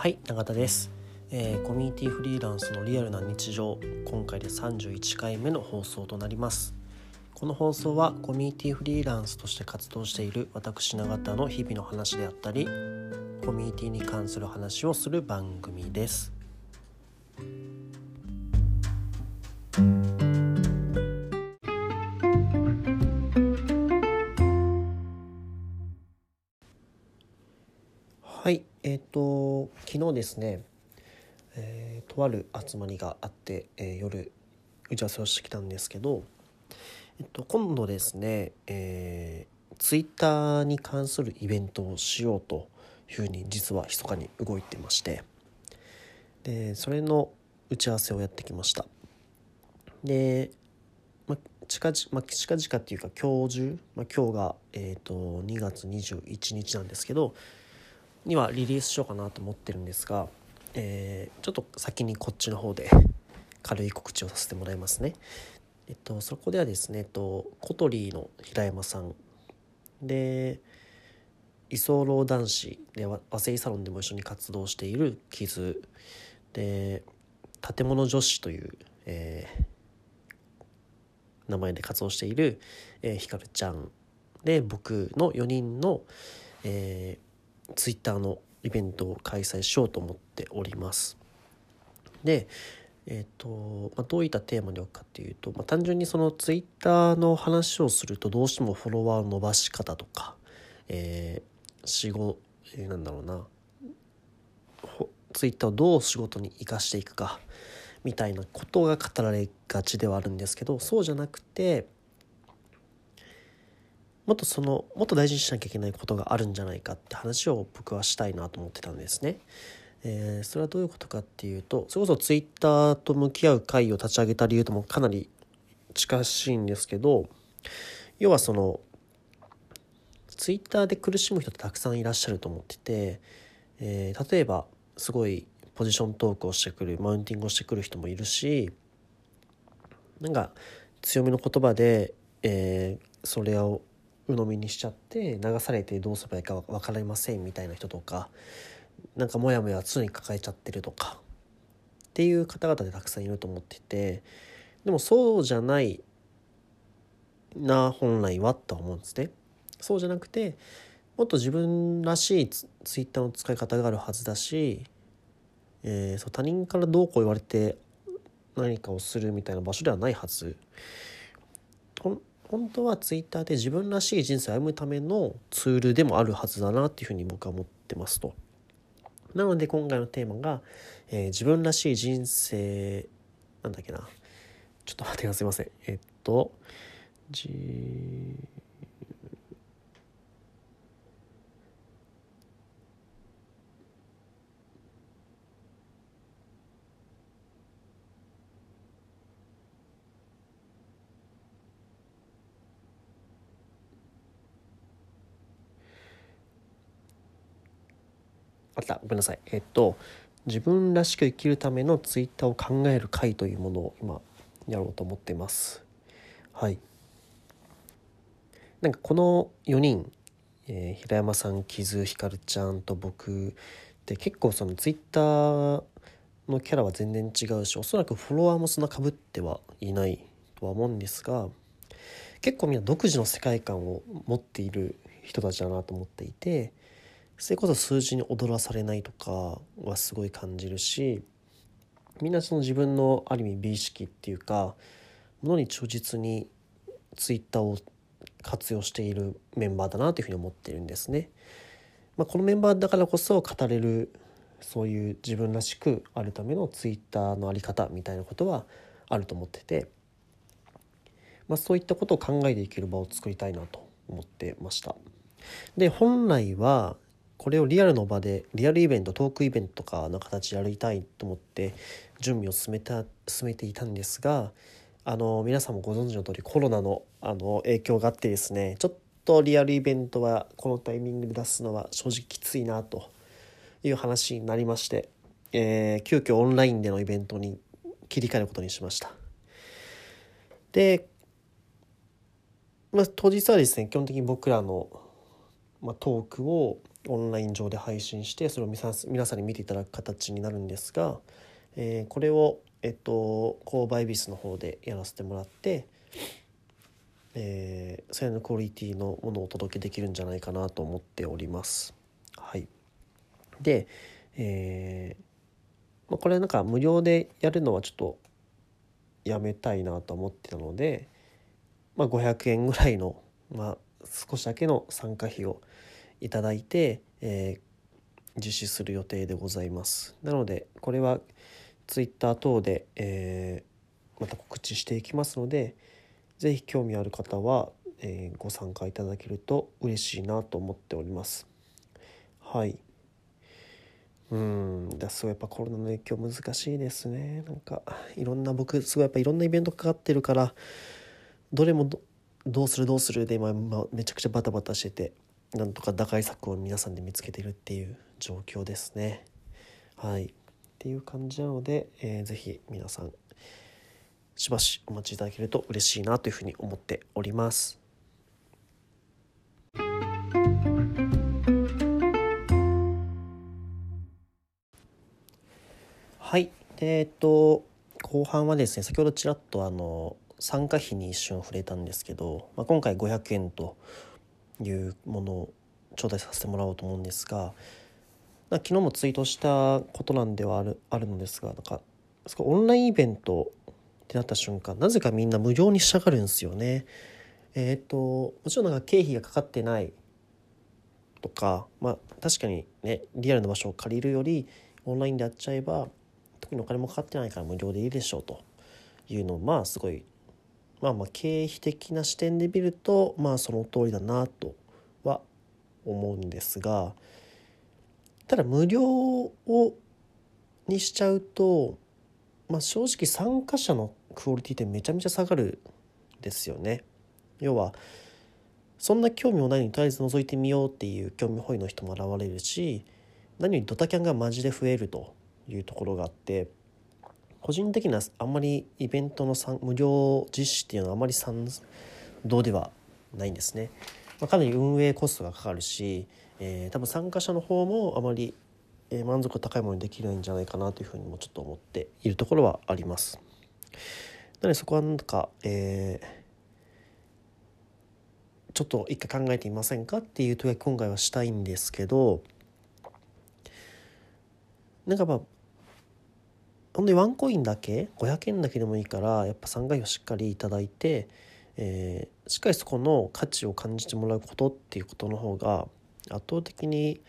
はい、永田です。コミュニティフリーランスのリアルな日常、今回で31回目の放送となります。この放送はコミュニティフリーランスとして活動している私永田の日々の話であったり、コミュニティに関する話をする番組です。はい、昨日ですね、とある集まりがあって、夜打ち合わせをしてきたんですけど、今度ですね、ツイッターに関するイベントをしようというふうに実は密かに動いてまして、でそれの打ち合わせをやってきました。で、近々っていうか今日中、今日が、2月21日なんですけどにはリリースしようかなと思ってるんですが、ちょっと先にこっちの方で軽い告知をさせてもらいますね。そこではですね、コトリーの平山さんで、居候男子で和製サロンでも一緒に活動しているキズで、建物女子という、名前で活動している、ひかるちゃんで、僕の4人の、ツイッターのイベントを開催しようと思っております。で、どういったテーマに置くかっていうと、単純にそのツイッターの話をするとどうしてもフォロワーの伸ばし方とか、なんだろうな、ツイッターをどう仕事に生かしていくかみたいなことが語られがちではあるんですけど、そうじゃなくてもっと大事にしなきゃいけないことがあるんじゃないかって話を僕はしたいなと思ってたんですね。それはどういうことかっていうと、それこそツイッターと向き合う会を立ち上げた理由ともかなり近しいんですけど、要はそのツイッターで苦しむ人ってたくさんいらっしゃると思ってて、例えばすごいポジショントークをしてくる、マウンティングをしてくる人もいるし、なんか強めの言葉で、それを鵜呑みにしちゃって流されてどうすればいいか分かりませんみたいな人とか、なんかモヤモヤ常に抱えちゃってるとかっていう方々でたくさんいると思ってて、でもそうじゃないな本来はとは思うんですね。そうじゃなくて、もっと自分らしいツイッターの使い方があるはずだし、そう他人からどうこう言われて何かをするみたいな場所ではないはず。本当はツイッターで自分らしい人生を歩むためのツールでもあるはずだなっていうふうに僕は思ってますと。なので今回のテーマが、自分らしい人生なんだっけな、ちょっと待ってください、すいません。ごめんなさい。自分らしく生きるためのツイッターを考える会というものを今やろうと思っています。はい。なんかこの4人、平山さん、木津ひかるちゃんと僕で結構そのツイッターのキャラは全然違うし、おそらくフォロワーもそんな被ってはいないとは思うんですが、結構みんな独自の世界観を持っている人たちだなと思っていて、それこそ数字に踊らされないとかはすごい感じるし、みんなその自分のある意味美意識っていうかものに忠実にツイッターを活用しているメンバーだなというふうに思っているんですね。このメンバーだからこそ語れる、そういう自分らしくあるためのツイッターのあり方みたいなことはあると思ってて、そういったことを考えていける場を作りたいなと思ってました。で、本来はこれをリアルの場でリアルイベント、トークイベントとかの形でやりたいと思って準備を進めていたんですが、皆さんもご存知の通りコロナの影響があってですね、ちょっとリアルイベントはこのタイミングで出すのは正直きついなという話になりまして、急遽オンラインでのイベントに切り替えることにしました。で、当日はですね、基本的に僕らのトークをオンライン上で配信してそれを皆さんに見ていただく形になるんですが、これを購買ビスの方でやらせてもらって、それのクオリティのものをお届けできるんじゃないかなと思っております。はい。で、これなんか無料でやるのはちょっとやめたいなと思ってたので、500円ぐらいの、少しだけの参加費をいただいて、実施する予定でございます。なのでこれはツイッター等で、また告知していきますので、ぜひ興味ある方は、ご参加いただけると嬉しいなと思っております。はい。すごいやっぱコロナの影響難しいですね。なんかいろんな僕すごいやっぱいろんなイベントかかってるから、どれもどうするで今、めちゃくちゃバタバタしてて、なんとか打開策を皆さんで見つけているっていう状況ですね。はい。っていう感じなので、ぜひ皆さんしばしお待ちいただけると嬉しいなというふうに思っております。はい。で、後半はですね、先ほどちらっと参加費に一瞬触れたんですけど、今回500円というものを頂戴させてもらおうと思うんですが、昨日もツイートしたことなんではあるのですが、なんかオンラインイベントってなった瞬間、なぜかみんな無料にしたがるんですよね。もちろんなんか経費がかかってないとか、確かにね、リアルな場所を借りるよりオンラインでやっちゃえば特にお金もかかってないから無料でいいでしょうというのをすごい経費的な視点で見るとその通りだなとは思うんですが、ただ無料にしちゃうと、正直参加者のクオリティってめちゃめちゃ下がるんですよね。要はそんな興味もないのにとりあえず覗いてみようっていう興味本位の人も現れるし、何よりドタキャンがマジで増えるというところがあって、個人的にはあんまりイベントの無料実施っていうのはあまり賛同ではないんですね。かなり運営コストがかかるし、多分参加者の方もあまり満足高いものにできないんじゃないかなというふうにもちょっと思っているところはあります。なのでそこはなんか、ちょっと一回考えてみませんかっていう問い今回はしたいんですけど、なんか本当にワンコインだけ500円だけでもいいからやっぱ参加費をしっかりいただいて、しっかりそこの価値を感じてもらうことっていうことの方が圧倒的に、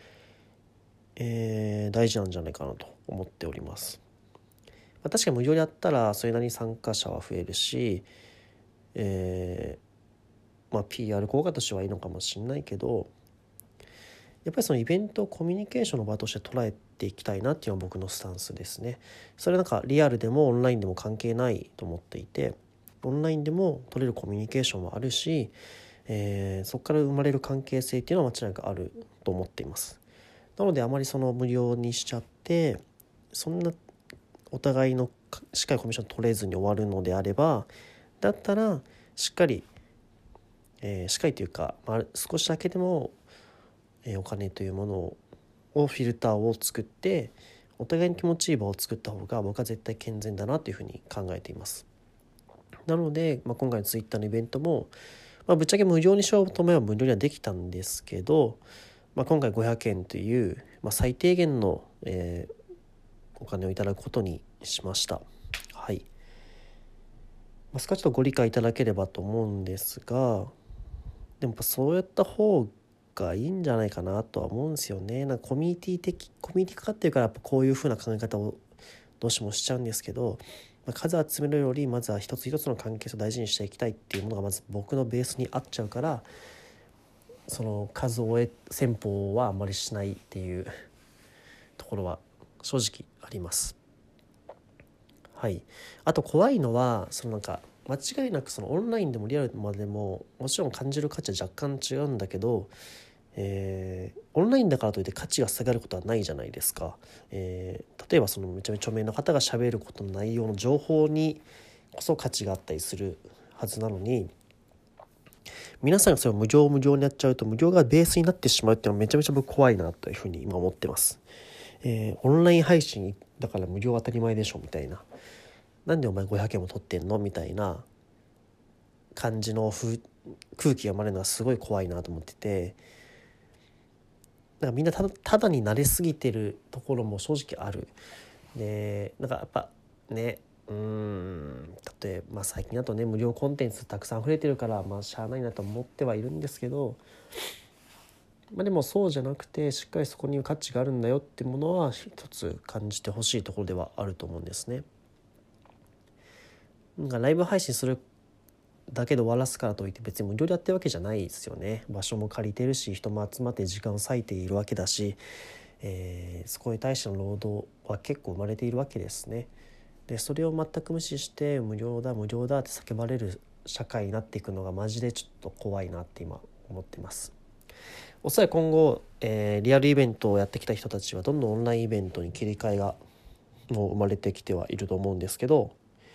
大事なんじゃないかなと思っております。確かに無料でやったらそれなりに参加者は増えるし、PR 効果としてはいいのかもしれないけど、やっぱりそのイベントをコミュニケーションの場として捉えていきたいなっていうのは僕のスタンスですね。それなんかリアルでもオンラインでも関係ないと思っていて、オンラインでも取れるコミュニケーションもあるし、そこから生まれる関係性っていうのは間違いなくあると思っています。なのであまりその無料にしちゃってそんなお互いのしっかりコミュニケーション取れずに終わるのであれば、だったらしっかり、しっかりというか、少しだけでもお金というものをフィルターを作ってお互いに気持ちいい場を作った方が僕は絶対健全だなというふうに考えています。なので、今回のツイッターのイベントも、ぶっちゃけ無料にしようと思えば無料にはできたんですけど、今回500円という、最低限の、お金をいただくことにしました。はい。少しちょっとご理解いただければと思うんですが、でもそうやった方がいいんじゃないかなとは思うんですよね。なんかコミュニティかかっていうからやっぱこういう風な考え方をどうしてもしちゃうんですけど、数集めるよりまずは一つ一つの関係性を大事にしていきたいっていうものがまず僕のベースに合っちゃうから、その数を戦法はあんまりしないっていうところは正直あります。はい。あと怖いのはなんか間違いなくそのオンラインでもリアルでももちろん感じる価値は若干違うんだけど、オンラインだからといって価値が下がることはないじゃないですか。例えばそのめちゃめちゃ著名な方が喋ることの内容の情報にこそ価値があったりするはずなのに、 皆さんがそれを無料になっちゃうと、無料がベースになってしまうっていうのはめちゃめちゃ僕怖いなというふうに今思ってます。オンライン配信だから無料当たり前でしょみたいな、なんでお前500円も取ってんのみたいな感じの空気が生まれるのはすごい怖いなと思ってて、なんかみんなただに慣れすぎてるところも正直ある。でなんかやっぱね、例えば、最近だとね無料コンテンツたくさん溢れてるから、しゃあないなと思ってはいるんですけど、でもそうじゃなくて、しっかりそこに価値があるんだよってものは一つ感じてほしいところではあると思うんですね。なんかライブ配信するだけで終わらすからといって別に無料でやってるわけじゃないですよね。場所も借りてるし、人も集まって時間を割いているわけだし、そこに対しての労働は結構生まれているわけですね。でそれを全く無視して無料だって叫ばれる社会になっていくのがマジでちょっと怖いなって今思ってます。おそらく今後、リアルイベントをやってきた人たちはどんどんオンラインイベントに切り替えがもう生まれてきてはいると思うんですけど、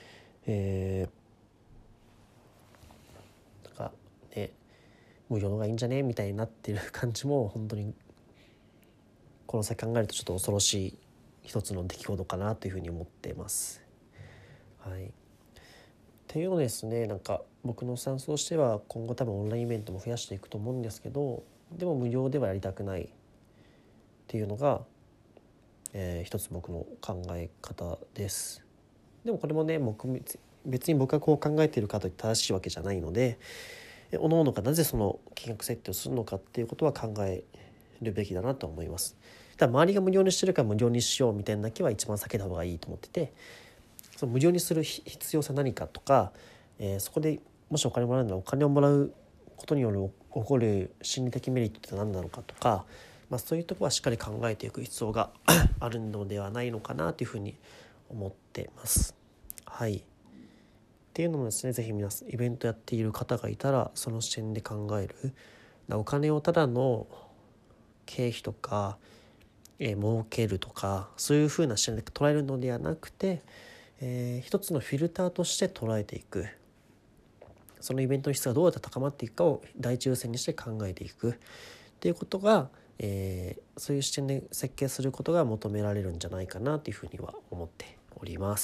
なんかね無料の方がいいんじゃねみたいになってる感じも本当にこの先考えるとちょっと恐ろしい一つの出来事かなというふうに思っています。はい。っていうのですね、なんか僕のスタンスとしては今後多分オンラインイベントも増やしていくと思うんですけど、でも無料ではやりたくないっていうのが、一つ僕の考え方です。でもこれもね別に僕がこう考えているかといって正しいわけじゃないので、各々がなぜその金額設定をするのかっていうことは考えるべきだなと思います。だから周りが無料にしてるから無料にしようみたいなだけは一番避けた方がいいと思ってて、その無料にする必要性何かとか、そこでもしお金もらうならお金をもらうことによる起こる心理的メリットって何なのかとか、そういうところはしっかり考えていく必要があるのではないのかなというふうに思ってます。はい。っていうのもですね、ぜひ皆さんイベントやっている方がいたらその視点で考える。お金をただの経費とか、儲けるとかそういう風な視点で捉えるのではなくて、一つのフィルターとして捉えていく。そのイベントの質がどうやって高まっていくかを第一優先にして考えていくっていうことが、そういう視点で設計することが求められるんじゃないかなというふうには思っております。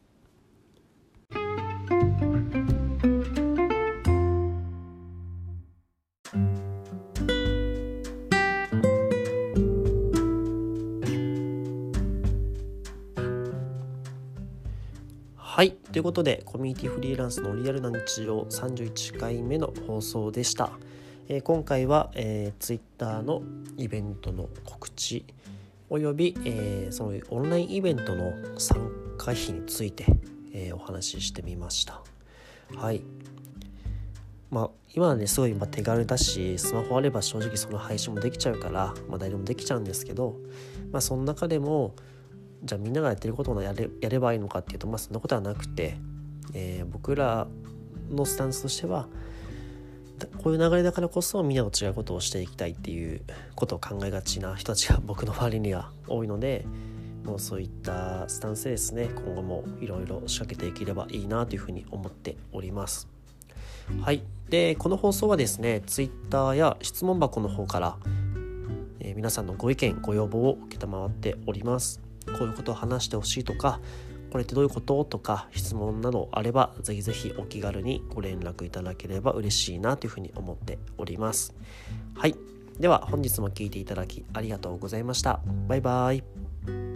はい、ということでコミュニティフリーランスのリアルな日常31回目の放送でした。今回は、Twitter のイベントの告知および、そのオンラインイベントの参加費について、お話ししてみました。はい。今はねすごい手軽だし、スマホあれば正直その配信もできちゃうから、誰でもできちゃうんですけど、その中でもじゃあみんながやってることをやればいいのかっていうと、そんなことはなくて、僕らのスタンスとしてはこういう流れだからこそみんなと違うことをしていきたいっていうことを考えがちな人たちが僕の周りには多いので、もうそういったスタンスでですね、今後もいろいろ仕掛けていければいいなというふうに思っております。はい。でこの放送はですね、Twitter や質問箱の方から、皆さんのご意見ご要望を承っております。こういうことを話してほしいとか、これってどういうこととか質問などあればぜひぜひお気軽にご連絡いただければ嬉しいなというふうに思っております。はい。では本日も聞いていただきありがとうございました。バイバイ。